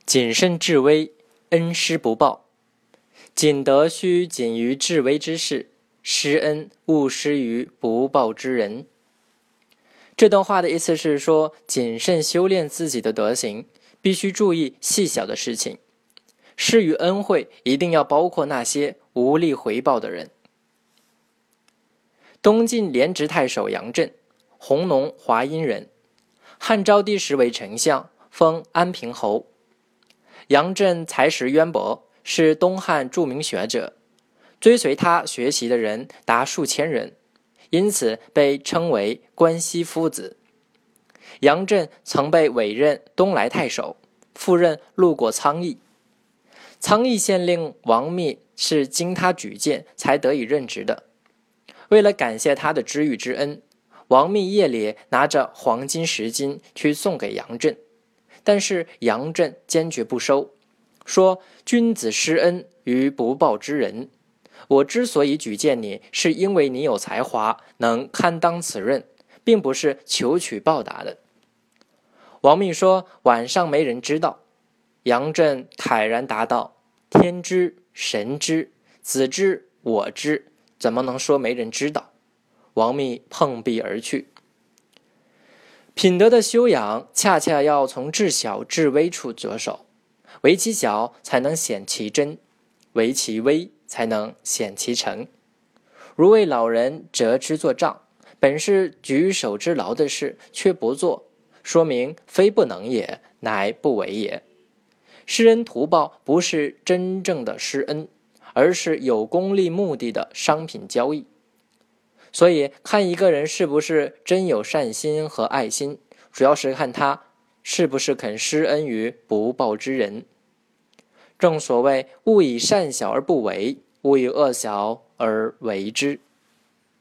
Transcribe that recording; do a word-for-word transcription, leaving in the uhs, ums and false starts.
谨慎至微，恩师不报。谨德须谨于至微之事，施恩勿施于不报之人。这段话的意思是说，谨慎修炼自己的德行，必须注意细小的事情。施予恩惠一定要包括那些无力回报的人。东晋廉直太守杨震，弘农华阴人，汉昭帝时为丞相，封安平侯。杨震才识渊博，是东汉著名学者，追随他学习的人达数千人，因此被称为关西夫子。杨震曾被委任东莱太守，复任陆过苍邑。苍邑县令王密是经他举荐才得以任职的。为了感谢他的知遇之恩，王密夜里拿着黄金十斤去送给杨震，但是杨震坚决不收，说君子施恩于不报之人，我之所以举荐你，是因为你有才华，能堪当此任，并不是求取报答的。王密说晚上没人知道。杨震慨然答道，天知神知子知我知，怎么能说没人知道？王密碰壁而去。品德的修养恰恰要从至小至微处着手，为其小才能显其真，为其微才能显其诚。如为老人折枝作杖，本是举手之劳的事，却不做，说明非不能也，乃不为也。施恩图报不是真正的施恩，而是有功利目的的商品交易。所以看一个人是不是真有善心和爱心，主要是看他是不是肯施恩于不报之人。正所谓勿以善小而不为，勿以恶小而为之。